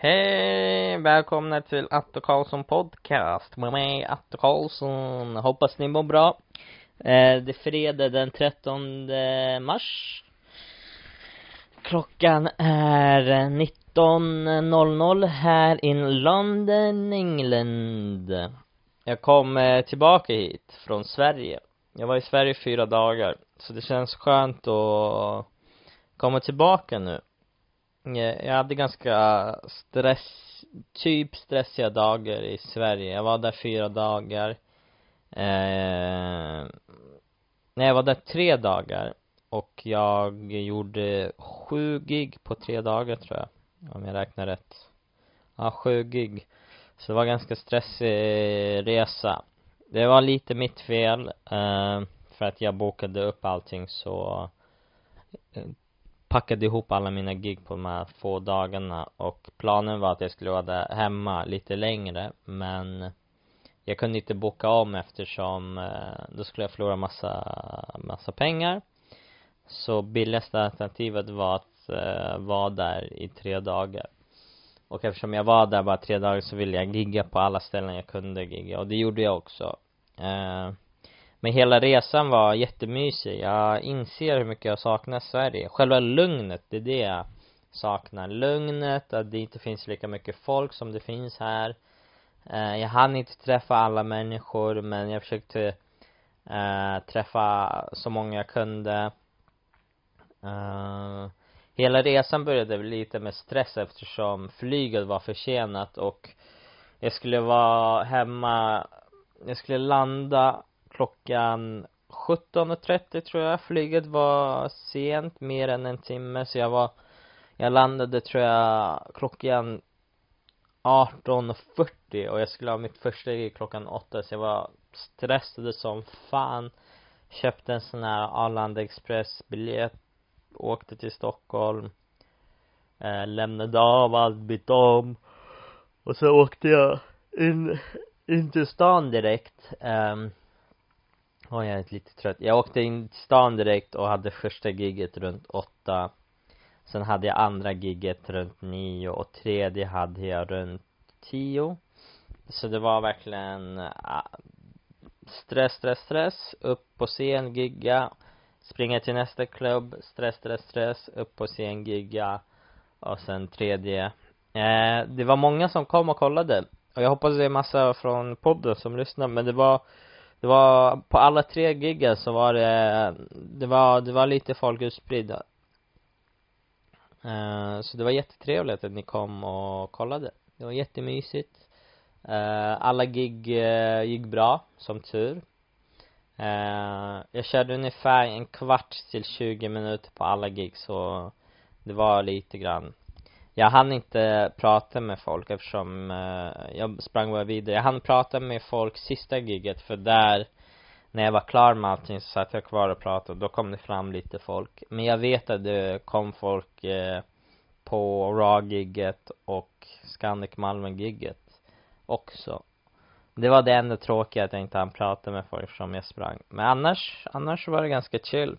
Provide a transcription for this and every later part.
Hej, välkomna till Atte Karlsson podcast med mig Atte Karlsson. Hoppas ni mår bra. Det är fredag den 13 mars. Klockan är 19:00 här i London, England. Jag kom tillbaka hit från Sverige. Jag var i Sverige 4 dagar, så det känns skönt att komma tillbaka nu. Jag hade ganska stressiga dagar i Sverige. Jag var där 4 dagar. Nej, jag var där 3 dagar. Och jag gjorde 7 gig på 3 dagar, tror jag. Om jag räknar rätt. Ja, 7 gig. Så det var ganska stressig resa. Det var lite mitt fel. För att jag bokade upp allting så... packade ihop alla mina gig på de här få dagarna. Och planen var att jag skulle vara där hemma lite längre. Men jag kunde inte boka om eftersom då skulle jag förlora massa pengar. Så billigaste alternativet var att vara där i 3 dagar. Och eftersom jag var där bara 3 dagar så ville jag gigga på alla ställen jag kunde gigga. Och det gjorde jag också. Men hela resan var jättemysig. Jag inser hur mycket jag saknar Sverige. Själva lugnet, det är det jag saknar. Lugnet, att det inte finns lika mycket folk som det finns här. Jag hann inte träffa alla människor, men jag försökte träffa så många jag kunde. Hela resan började lite med stress eftersom flyget var försenat. Och jag skulle vara hemma. Jag skulle landa klockan 17:30 tror jag. Flyget var sent, mer än en timme. Så jag landade tror jag klockan 18:40. Och jag skulle ha mitt första gig klockan 8. Så jag var stressad som fan. Köpte en sån här Arlanda Express biljett. Åkte till Stockholm. Lämnade av allt, bytte om. Och så åkte jag in till stan direkt. Jag är lite trött. Jag åkte in till stan direkt och hade första gigget runt 8. Sen hade jag andra gigget runt 9. Och tredje hade jag runt 10. Så det var verkligen stress. Upp på scen, gigga. Springa till nästa klubb. Stress. Upp på scen, gigga. Och sen tredje. Det var många som kom och kollade. Och jag hoppas det är massa från podden som lyssnar. Men det var på alla 3 giggar så var det var lite folk utspridda. Så det var jättetrevligt att ni kom och kollade. Det var jättemysigt. Alla gig gick bra, som tur. Jag körde ungefär en kvart till 20 minuter på alla gig. Så det var lite grann. Jag hann inte prata med folk eftersom jag sprang bara vidare. Jag hann prata med folk sista giget. För där, när jag var klar med allting så satt jag kvar och pratade. Då kom det fram lite folk. Men jag vet att det kom folk på Raw-giget och Scandic Malmö-giget också. Det var det enda tråkiga att jag inte hann prata med folk eftersom jag sprang. Men annars var det ganska chill.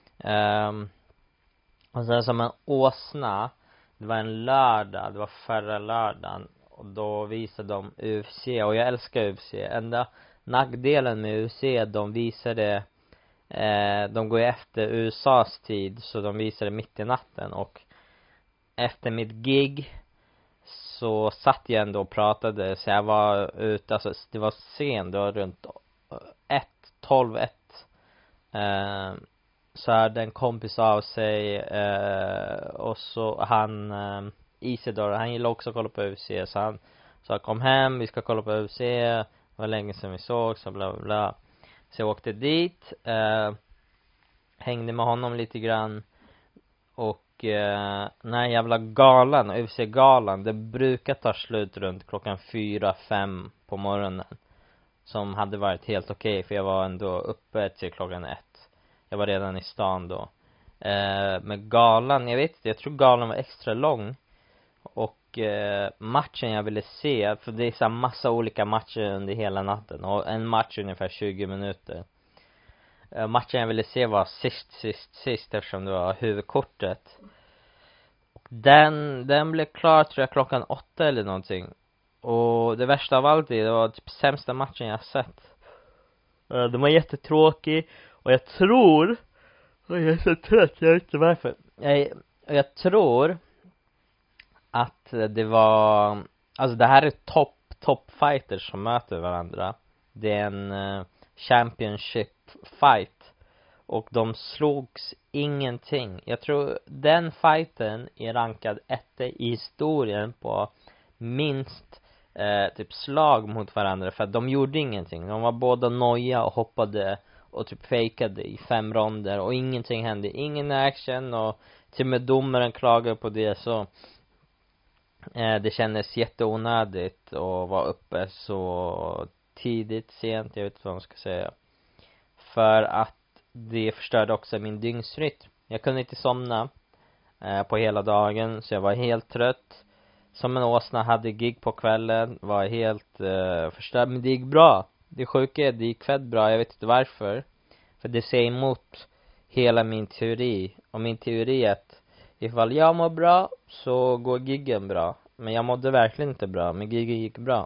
Och sen som en åsna. Det var en lördag, det var förra lördagen. Och då visade de UFC. Och jag älskar UFC. Enda nackdelen med UFC, de visade de går efter USAs tid. Så de visade mitt i natten. Och efter mitt gig så satt jag ändå och pratade. Så jag var ute, alltså det var sent. Det var runt 12:01. Så hade en kompis av sig och så han Isidore, han gillar också att kolla på UFC. Så han sa kom hem, vi ska kolla på UFC. Det var länge sedan vi såg, så bla bla bla. Så jag åkte dit, hängde med honom lite grann. Och den här jävla galan, UFC-galan, det brukar ta slut runt klockan 4-5 på morgonen. Som hade varit helt okej, för jag var ändå uppe till klockan 1. Jag var redan i stan då. Men galan, jag vet inte, jag tror galan var extra lång. Och matchen jag ville se, för det är så massa olika matcher under hela natten. Och en match ungefär 20 minuter. Matchen jag ville se var sist eftersom det var huvudkortet. Och Den blev klar tror jag klockan 8 eller någonting. Och det värsta av allt det var typ sämsta matchen jag sett. Den var jättetråkig. Och jag tror, jag är så trött, jag vet inte varför. Jag tror att det var, alltså det här är top fighters som möter varandra. Det är en championship fight. Och de slogs ingenting. Jag tror den fighten är rankad etta i historien på minst typ slag mot varandra. För att de gjorde ingenting. De var båda noja och hoppade och typ fejkade i 5 ronder. Och ingenting hände. Ingen action. Och till och med domaren klagade på det. Så det kändes jätteonödigt och var uppe så tidigt, sent. Jag vet inte vad man ska säga. För att det förstörde också min dygnsrytm. Jag kunde inte somna på hela dagen. Så jag var helt trött. Som en åsna, hade gig på kvällen. Var helt förstörd. Men det gick bra. Det sjuka är, det gick fett bra. Jag vet inte varför. För det ser emot hela min teori. Och min teori är att ifall jag mår bra så går giggen bra. Men jag mådde verkligen inte bra. Men giggen gick bra.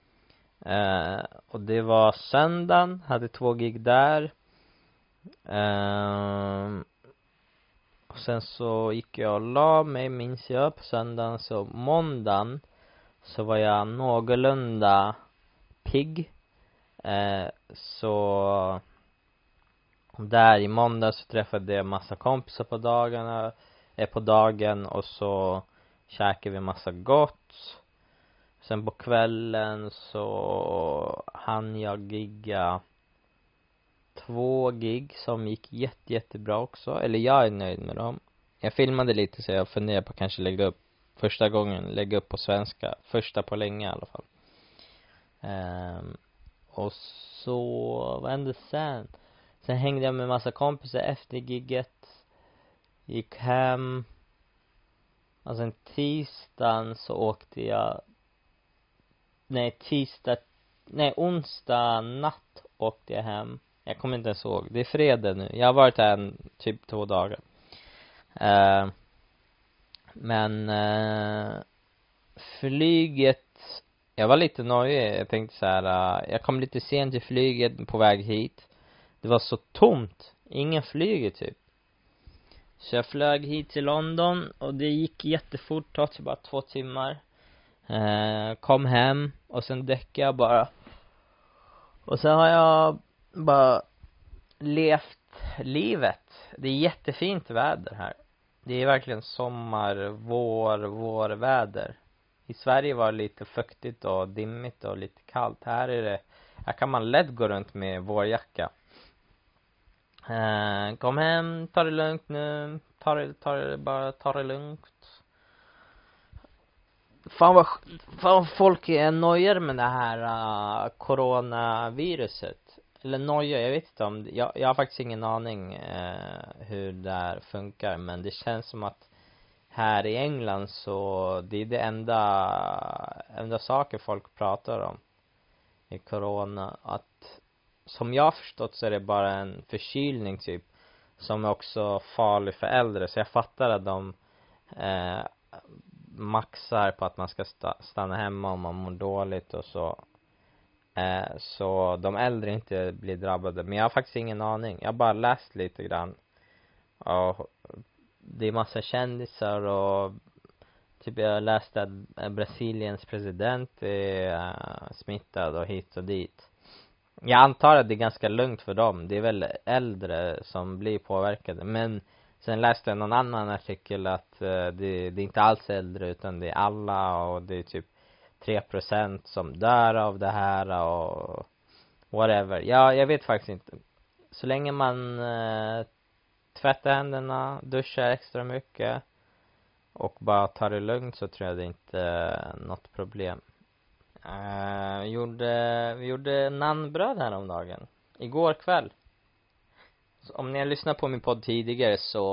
Och det var söndagen. Hade 2 gig där. Och sen så gick jag och la mig, minns jag, på söndagen. Så måndagen så var jag någorlunda pigg. Så där i måndag så träffade jag massa kompisar på dagen. Och så käkade vi massa gott. Sen på kvällen så hann jag gigga 2 gig som gick jättebra också. Eller jag är nöjd med dem. Jag filmade lite så jag funderar på att kanske lägga upp på svenska. Första på länge i alla fall. Och så, vad hände sen? Sen hängde jag med massa kompisar efter gigget. Gick hem. Och sen tisdagen så åkte jag. Onsdag natt åkte jag hem. Jag kommer inte ens ihåg. Det är fredag nu. Jag har varit här typ 2 dagar. Men flyget, jag var lite nöjd. Jag tänkte så här, jag kom lite sent till flyget på väg hit. Det var så tomt. Ingen flyger typ. Så jag flög hit till London och det gick jättefort. Det tog bara 2 timmar. Kom hem och sen däckade jag bara. Och sen har jag bara levt livet. Det är jättefint väder här. Det är verkligen sommar, vår väder. I Sverige var det lite fuktigt och dimmigt och lite kallt. Här kan man lätt gå runt med vårjacka. Kom hem, ta det lugnt nu. Ta det lugnt. Fan vad folk är nöjda med det här coronaviruset. Eller noja, jag vet inte om jag har faktiskt ingen aning hur det här funkar. Men det känns som att här i England så det är det enda saker folk pratar om i corona. Att som jag har förstått så är det bara en förkylning typ. Som är också farlig för äldre. Så jag fattar att de maxar på att man ska stanna hemma om man mår dåligt och så. Så de äldre inte blir drabbade. Men jag har faktiskt ingen aning. Jag har bara läst lite grann. Och det är massa kändisar och typ jag läste att Brasiliens president är smittad och hit och dit. Jag antar att det är ganska lugnt för dem. Det är väl äldre som blir påverkade. Men sen läste jag någon annan artikel att det är inte alls äldre utan det är alla. Och det är typ 3% som dör av det här och whatever. Ja, jag vet faktiskt inte. Så länge man tvättar händerna, duschar extra mycket och bara tar det lugnt så tror jag det inte är något problem. Vi gjorde nannbröd här om dagen. Igår kväll. Så om ni har lyssnat på min podd tidigare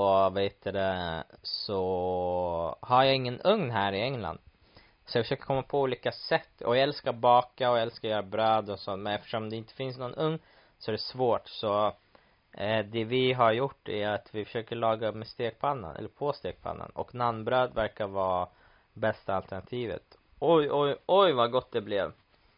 så har jag ingen ugn här i England. Så jag försöker komma på olika sätt. Och jag älskar baka och jag älskar göra bröd och sånt. Men eftersom det inte finns någon ugn så är det svårt. Så Det vi har gjort är att vi försöker laga med stekpannan, eller på stekpannan. Och naanbröd verkar vara bästa alternativet. Oj vad gott det blev.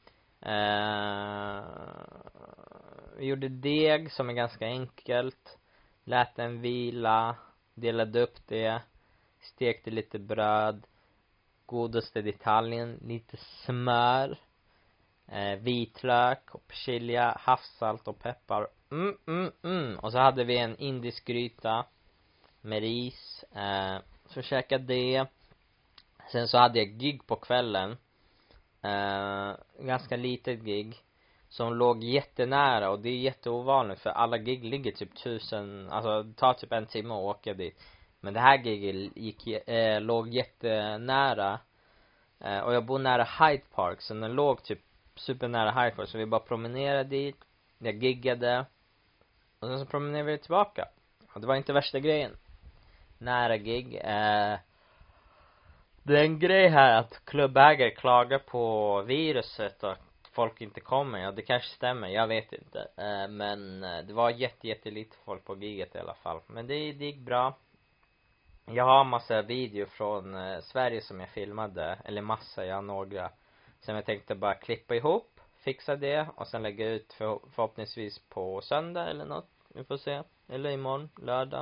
Vi gjorde deg som är ganska enkelt. Lät den vila. Delade upp det. Stekte lite bröd. Godaste detaljen. Lite smör. Vitlök och persilja. Havssalt och peppar. Och så hade vi en indisk gryta med ris. Så käkade det. Sen så hade jag gig på kvällen. Ganska litet gig som låg jättenära, och det är jätteovanligt för alla gig ligger typ 1000, alltså det tar typ en timme att åka dit. Men det här giget låg jättenära, och jag bor nära Hyde Park, så den låg typ supernära Hyde Park, så vi bara promenerade dit. Jag giggade och sen så promenerade vi tillbaka, och det var inte värsta grejen. Nära gig. Det är en grej här att klubbägare klagar på viruset och folk inte kommer. Ja, det kanske stämmer, jag vet inte. Men det var jättelite folk på giget i alla fall. Men det gick bra. Jag har massa video från Sverige som jag filmade. Eller massa, jag har några. Som jag tänkte bara klippa ihop, fixa det och sen lägga ut förhoppningsvis på söndag eller något. Vi får se. Eller imorgon, lördag.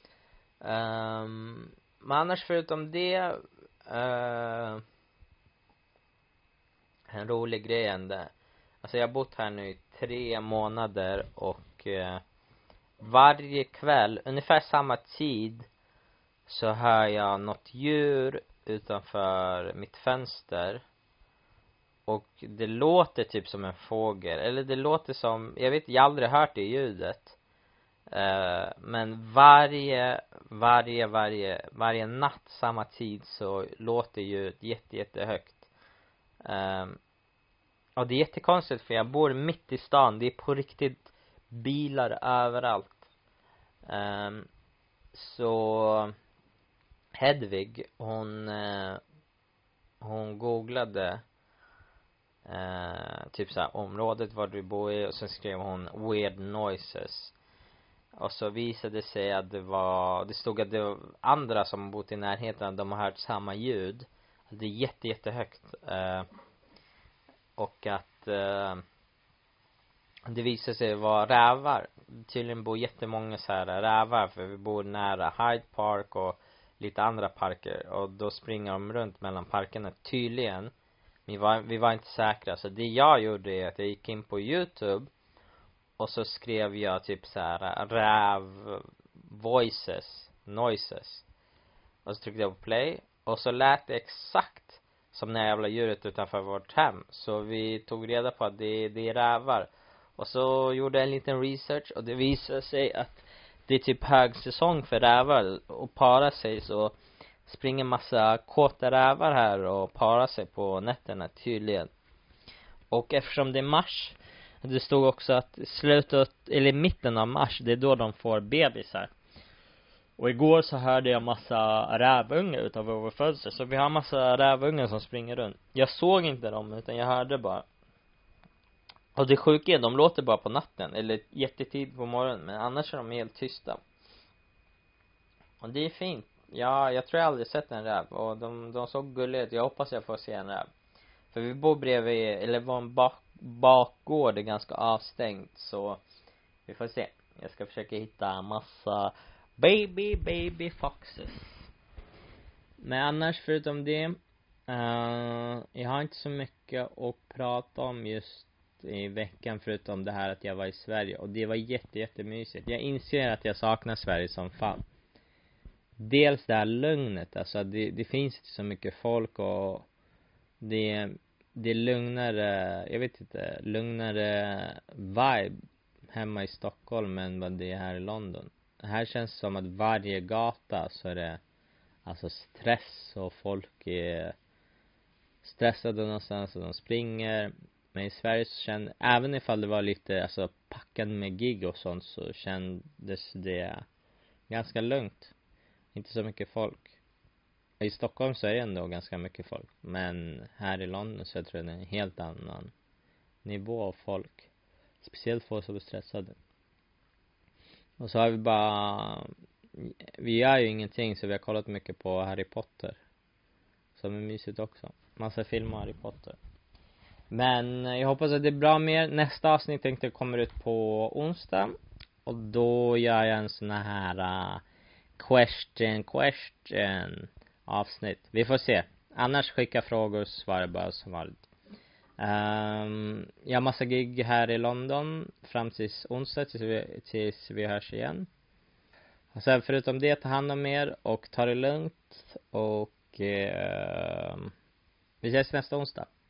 Men annars förutom det, en rolig grej ändå. Alltså jag har bott här nu i 3 månader, och varje kväll ungefär samma tid så hör jag något djur utanför mitt fönster, och det låter typ som en fågel, eller det låter som, jag vet, jag har aldrig hört det ljudet. Men varje natt samma tid så låter ju jättehögt. Och det är jättekonstigt för jag bor mitt i stan. Det är på riktigt bilar överallt. Så Hedvig, hon googlade typ så här området var du bor i, och sen skrev hon weird noises. Och så visade det sig att det stod att det var andra som bott i närheten, de har hört samma ljud. Det är jättehögt. Och att det visade sig vara rävar. Tydligen bor jättemånga så här rävar, för vi bor nära Hyde Park och lite andra parker. Och då springer de runt mellan parkerna tydligen. Vi var inte säkra. Så det jag gjorde är att jag gick in på YouTube. Och så skrev jag typ så här räv noises. Och så tryckte jag på play. Och så lät det exakt som när jävla djuret utanför vårt hem. Så vi tog reda på att det är rävar. Och så gjorde jag en liten research. Och det visade sig att det är typ högsäsong för rävar. Och para sig, så springer massa kåta rävar här och parar sig på nätterna tydligen. Och eftersom det är mars, det stod också att slutet eller mitten av mars, det är då de får bebisar. Och igår så hörde jag massa rävungar utanför vår fönster. Så vi har massa rävungar som springer runt. Jag såg inte dem, utan jag hörde bara. Och det sjuka är, de låter bara på natten eller jättetid på morgonen, men annars är de helt tysta. Och det är fint. Ja, jag tror jag aldrig sett en räv. Och de såg gulliga ut. Jag hoppas jag får se en räv. För vi bor bredvid, eller var en bakgård, är ganska avstängt. Så vi får se. Jag ska försöka hitta massa baby foxes. Men annars förutom det, jag har inte så mycket att prata om just i veckan, förutom det här att jag var i Sverige. Och det var jättemysigt. Jag inser att jag saknar Sverige som fan. Dels det här lugnet, alltså det finns inte så mycket folk, och det är lugnare, jag vet inte, lugnare vibe hemma i Stockholm än vad det är här i London. Här känns det som att varje gata så är det alltså stress, och folk är stressade någonstans och de springer. Men i Sverige så kände, även ifall det var lite alltså packad med gig och sånt, så kändes det ganska lugnt. Inte så mycket folk. I Stockholm så är det ändå ganska mycket folk. Men här i London så jag tror jag det är en helt annan nivå av folk. Speciellt folk som är stressade. Och så har vi bara, vi gör ju ingenting, så vi har kollat mycket på Harry Potter, som är mysigt också. Massa filmer Harry Potter. Men jag hoppas att det är bra med er. Nästa avsnitt tänkte jag kommer ut på onsdag. Och då gör jag en sån här question avsnitt. Vi får se. Annars skicka frågor och svara bara som vanligt. Jag har massa gig här i London fram tills onsdag, tills vi hörs igen. Och sen förutom det, ta hand om er och ta det lugnt. Och vi ses nästa onsdag.